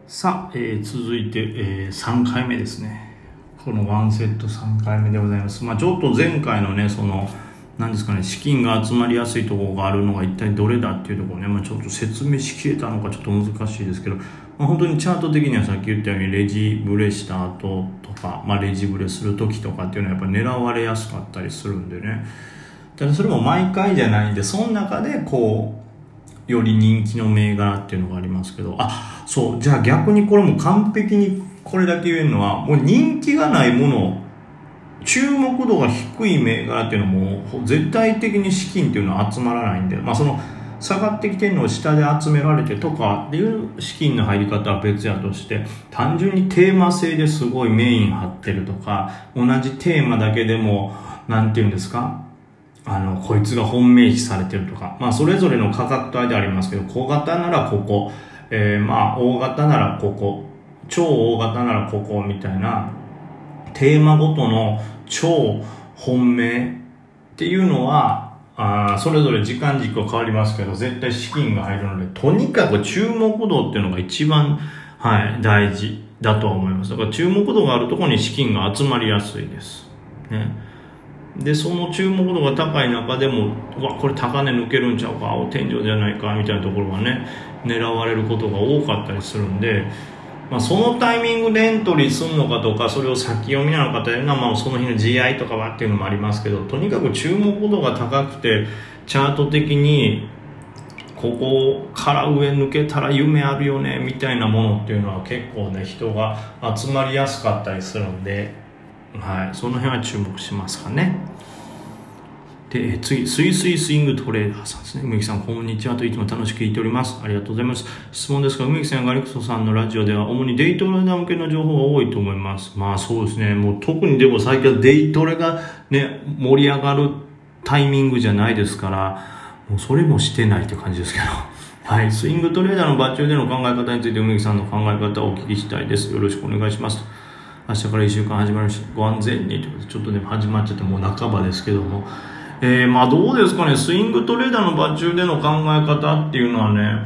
さあ、続いて、3回目ですね。このワンセット3回目でございます。ちょっと前回のね、何ですかね、資金が集まりやすいところがあるのが一体どれだっていうところね、ちょっと説明しきれたのかちょっと難しいですけど、本当にチャート的にはさっき言ったようにレジブレした後とか、レジブレする時とかっていうのはやっぱ狙われやすかったりするんでね。ただそれも毎回じゃないんで、その中でより人気の銘柄っていうのがありますけど、そう、じゃあ逆にこれも完璧にこれだけ言えるのは、もう人気がないもの、注目度が低い銘柄っていうのも絶対的に資金っていうのは集まらないんで、下がってきてるのを下で集められてとかっていう資金の入り方は別やとして、単純にテーマ性ですごいメイン張ってるとか、同じテーマだけでもなんていうんですか、こいつが本命視されてるとか、それぞれの価格帯でありますけど、小型ならここ、大型ならここ、超大型ならここみたいなテーマごとの超本命っていうのはそれぞれ時間軸は変わりますけど、絶対資金が入るので、とにかく注目度っていうのが一番、大事だと思います。だから注目度があるところに資金が集まりやすいですね。でその注目度が高い中でも、これ高値抜けるんちゃうか、青天井じゃないかみたいなところがね狙われることが多かったりするんで、そのタイミングでエントリーするのかとか、それを先読みなのかというのは、その日の GI とかはっていうのもありますけど、とにかく注目度が高くてチャート的にここから上抜けたら夢あるよねみたいなものっていうのは結構ね人が集まりやすかったりするんで、その辺は注目しますかね。で次、スイングトレーダーさんですね。梅木さんこんにちはと、いつも楽しく聞いております。ありがとうございます。質問ですが、梅木さんやガリクソさんのラジオでは主にデイトレーダー向けの情報が多いと思います。そうですね、もう特にでも最近はデイトレがね盛り上がるタイミングじゃないですから、もうそれもしてないって感じですけどスイングトレーダーの場中での考え方について梅木さんの考え方をお聞きしたいです。よろしくお願いします。明日から1週間始まるし、ご安全にということで、ちょっとね始まっちゃってもう半ばですけども、どうですかね、スイングトレーダーの場中での考え方っていうのはね、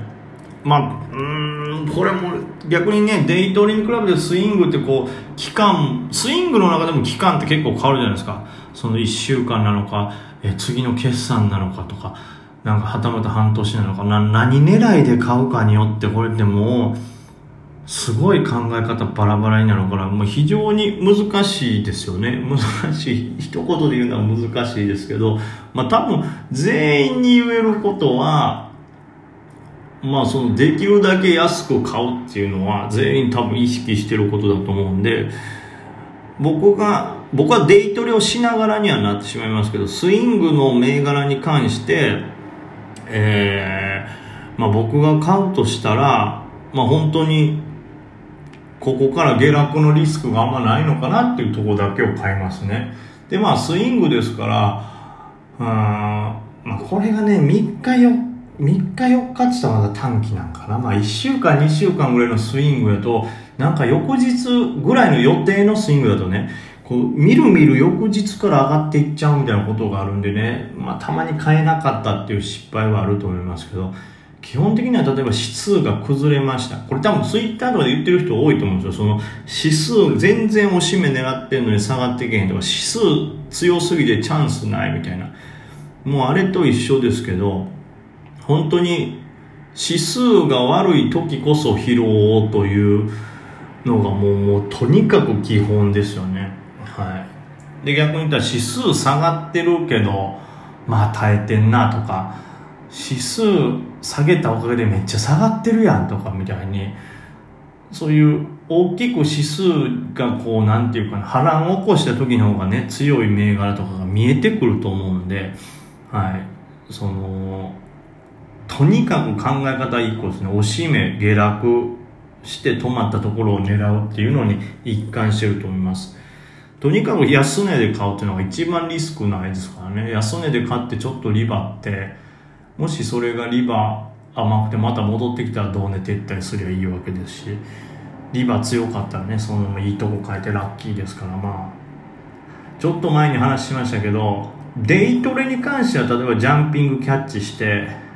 これも逆にね、デイトレに比べてスイングって期間、スイングの中でも期間って結構変わるじゃないですか。その1週間なのか、次の決算なのかとか、はたまた半年なのか、何狙いで買うかによって、これってもうすごい考え方バラバラになるから、もう非常に難しいですよね。難しい、一言で言うのは難しいですけど、多分全員に言えることは、できるだけ安く買うっていうのは全員多分意識してることだと思うんで、僕はデイトレをしながらにはなってしまいますけど、スイングの銘柄に関して、僕が買うとしたら、本当にここから下落のリスクがあんまないのかなっていうところだけを買いますね。でスイングですから、これがね3日4日って言ったらまだ短期なんかな。1週間2週間ぐらいのスイングやと、翌日ぐらいの予定のスイングだとね、みるみる翌日から上がっていっちゃうみたいなことがあるんでね、たまに買えなかったっていう失敗はあると思いますけど、基本的には例えば指数が崩れました。これ多分ツイッターとかで言ってる人多いと思うんですよ。その指数全然押し目狙ってるのに下がってけへんとか、指数強すぎてチャンスないみたいな。もうあれと一緒ですけど、本当に指数が悪い時こそ拾おうというのがもうとにかく基本ですよね。で逆に言ったら指数下がってるけど耐えてんなとか、指数下げたおかげでめっちゃ下がってるやんとかみたいに、そういう大きく指数がなんていうかな、波乱を起こした時の方がね強い銘柄とかが見えてくると思うんで、とにかく考え方1個ですね。押し目下落して止まったところを狙うっていうのに一貫してると思います。とにかく安値で買うっていうのが一番リスクないですからね。安値で買ってちょっとリバって、もしそれがリバ甘くてまた戻ってきたら同値撤退すりゃいいわけですし、リバ強かったらねそのままいいとこ変えてラッキーですから、ちょっと前に話しましたけど、デイトレに関しては例えばジャンピングキャッチして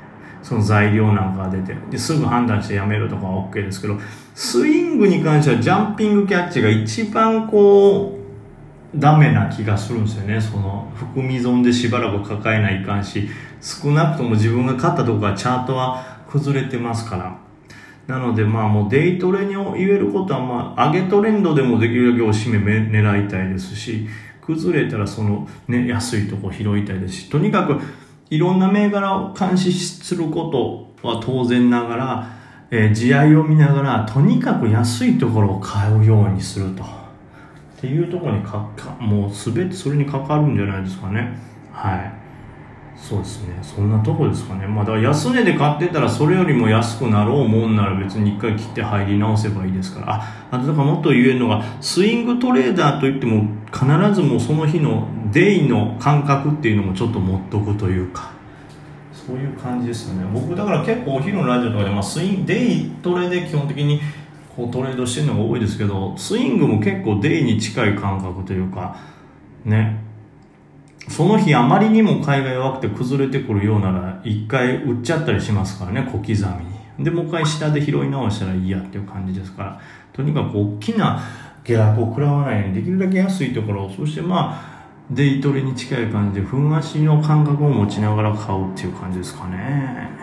その材料なんかが出て、ですぐ判断してやめるとかは OK ですけど、スイングに関してはジャンピングキャッチが一番ダメな気がするんですよね。その含み損でしばらく抱えないかんし、少なくとも自分が勝ったとこはチャートは崩れてますから。なのでもうデイトレに言えることは上げトレンドでもできるだけおしめ狙いたいですし、崩れたら安いとこ拾いたいですし、とにかくいろんな銘柄を監視することは当然ながら、地合いを見ながらとにかく安いところを買うようにするとっていうところにもう全てそれにかかるんじゃないですかね。はい、そうですね。そんなとこですかね。だから安値で買ってたらそれよりも安くなろうもんなら別に一回切って入り直せばいいですから。あとだからもっと言えるのが、スイングトレーダーといっても必ずもうその日のデイの感覚っていうのもちょっと持っとくというか、そういう感じですよね。僕だから結構お昼のラジオとかで、デイトレで基本的にトレードしてるのが多いですけど、スイングも結構デイに近い感覚というかね、その日あまりにも買いが弱くて崩れてくるようなら一回売っちゃったりしますからね、小刻みに。でもう一回下で拾い直したらいいやっていう感じですから、とにかく大きな下落を食らわないようにできるだけ安いところ、そしてデイトレに近い感じで分足の感覚を持ちながら買うっていう感じですかね。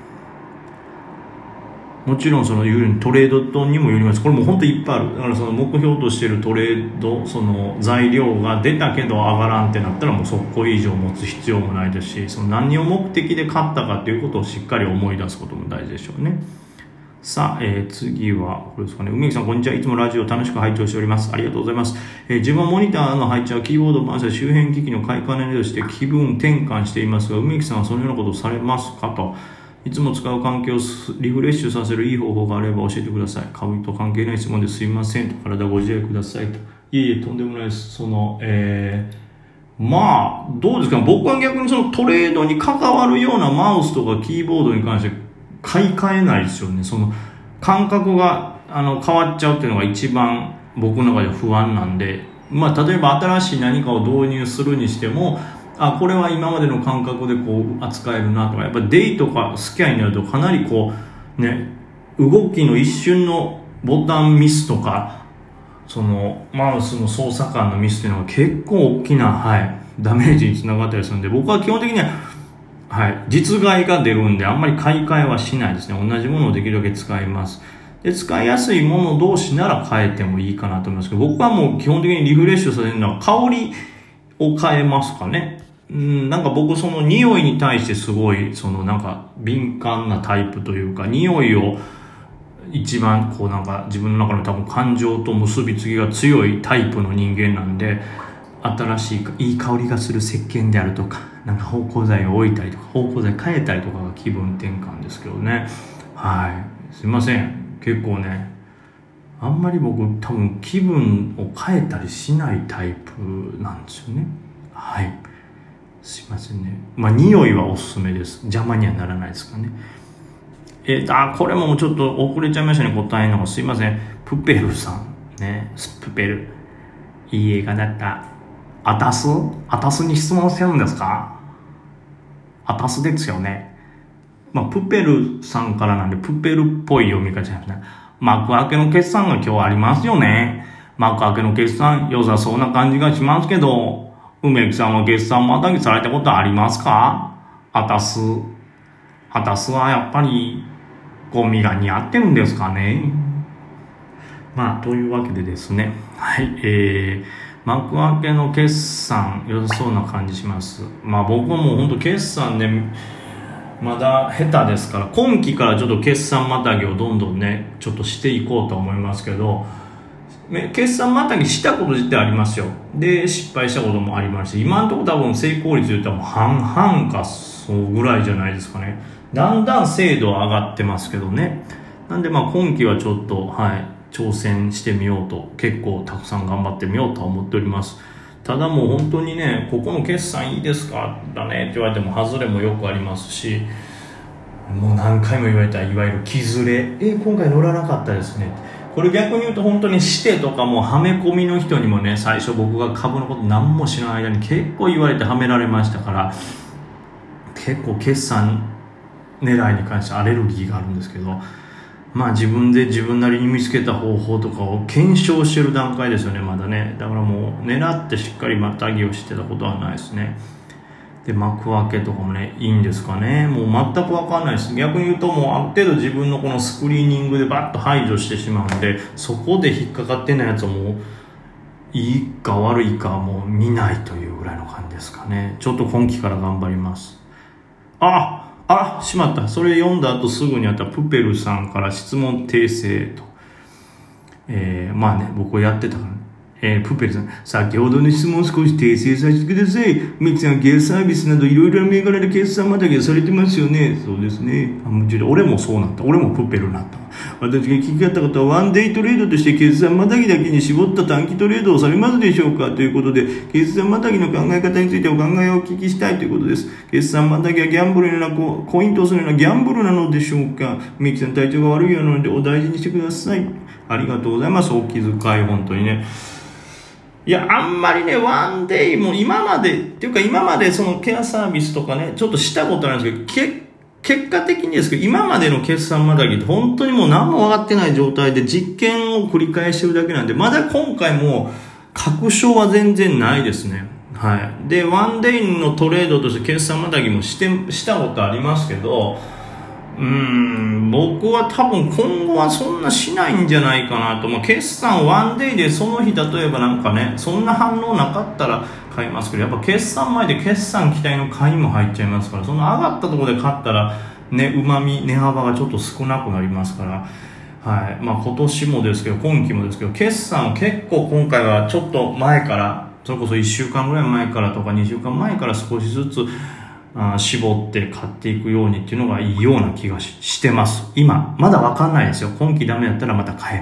もちろんそのトレードにもよります。これも本当にいっぱいある。だからその目標としているトレード、その材料が出たけど上がらんってなったらもうそこ以上持つ必要もないですし、その何を目的で買ったかということをしっかり思い出すことも大事でしょうね。さあ、次はこれですかね。梅木さんこんにちは。いつもラジオ楽しく拝聴しております。ありがとうございます。自分はモニターの配置はキーボード回せ周辺機器の買い替えなどして気分転換していますが、梅木さんはそのようなことをされますかと。いつも使う環境をリフレッシュさせるいい方法があれば教えてください。株と関係ない質問ですいませんと。体ご自愛くださいと。いえとんでもないです。どうですか。僕は逆にそのトレードに関わるようなマウスとかキーボードに関して買い替えないですよね。その感覚が変わっちゃうっていうのが一番僕の中で不安なんで、例えば新しい何かを導入するにしても、これは今までの感覚で扱えるなとか、やっぱりデイとかスキャンになるとかなり動きの一瞬のボタンミスとか、そのマウスの操作感のミスっていうのが結構大きな、ダメージにつながったりするんで、僕は基本的には実害が出るんであんまり買い替えはしないですね。同じものをできるだけ使います。で、使いやすいもの同士なら変えてもいいかなと思いますけど、僕はもう基本的にリフレッシュさせるのは香りを変えますかね。なんか僕その匂いに対してすごい敏感なタイプというか、匂いを一番自分の中の多分感情と結びつきが強いタイプの人間なんで、新しいいい香りがする石鹸であるとか、芳香剤を置いたりとか芳香剤変えたりとかが気分転換ですけどね。すいません。結構ね、あんまり僕多分気分を変えたりしないタイプなんですよね。すいませんね。匂いはおすすめです。邪魔にはならないですかね。これもちょっと遅れちゃいましたね。答えの方すいません。プペルさんね。プペル、いい映画だった。アタスに質問してるんですか？アタスですよね。プペルさんからなんでプペルっぽい読み方じゃないですね。幕開けの決算が今日ありますよね。幕開けの決算良さそうな感じがしますけど、梅木さんは決算またぎされたことありますか？アタスはやっぱりゴミが似合ってるんですかね。というわけでですね、幕開けの決算良さそうな感じします。僕はもう本当決算でまだ下手ですから、今期からちょっと決算またぎをどんどんねちょっとしていこうと思いますけど、決算またぎしたこと自体ありますよ。で失敗したこともありますし、今のところ多分成功率で言ったらもう半々かそうぐらいじゃないですかね。だんだん精度は上がってますけどね。なんで今期はちょっと挑戦してみようと、結構たくさん頑張ってみようと思っております。ただもう本当にね、ここの決算いいですかだねって言われても外れもよくありますし、もう何回も言われたいわゆる木ずれ、今回乗らなかったですね。これ逆に言うと本当にしてとかもはめ込みの人にもね、最初僕が株のこと何も知らない間に結構言われてはめられましたから、結構決算狙いに関してアレルギーがあるんですけど、まあ自分で自分なりに見つけた方法とかを検証してる段階ですよね、まだね。だからもう狙ってしっかりまたぎをしてたことはないですね。で、幕開けとかもね、いいんですかね。もう全く分かんないです。逆に言うともうある程度自分のこのスクリーニングでバッと排除してしまうんで、そこで引っかかってないやつはもういいか悪いかもう見ないというぐらいの感じですかね。ちょっと今期から頑張ります。しまった。それ読んだ後すぐにあったプペルさんから質問訂正と。まあね、僕やってたからね。プペルさん、先ほどの質問を少し訂正させてください。ミキさん、ゲーサービスなどいろいろな銘柄で決算またぎされてますよね。そうですね。俺もそうなった。俺もプペルになった。私が聞き方はワンデイトレードとして決算またぎだけに絞った短期トレードをされますでしょうかということで、決算またぎの考え方についてお考えをお聞きしたいということです。決算またぎはギャンブルのようなコイントスのようなギャンブルなのでしょうか。ミキさん体調が悪いようなのでお大事にしてください。ありがとうございます。お気遣い本当にね。いや、あんまりね、ワンデイも今までそのケアサービスとかね、ちょっとしたことあるんですけど、結果的にですけど、今までの決算またぎって本当にもう何も分かってない状態で実験を繰り返してるだけなんで、まだ今回も確証は全然ないですね。はい。で、ワンデイのトレードとして決算またぎもしたことありますけど、僕は多分今後はそんなしないんじゃないかなと。決算ワンデイでその日例えばなんかね、そんな反応なかったら買いますけど、やっぱ決算前で決算期待の買いも入っちゃいますから、その上がったところで買ったらね、値幅がちょっと少なくなりますから、はい。今年もですけど、今期もですけど、決算結構今回はちょっと前から、それこそ1週間ぐらい前からとか2週間前から少しずつ絞って買っていくようにっていうのがいいような気がしてます。今まだ分かんないですよ。今期ダメだったらまた買え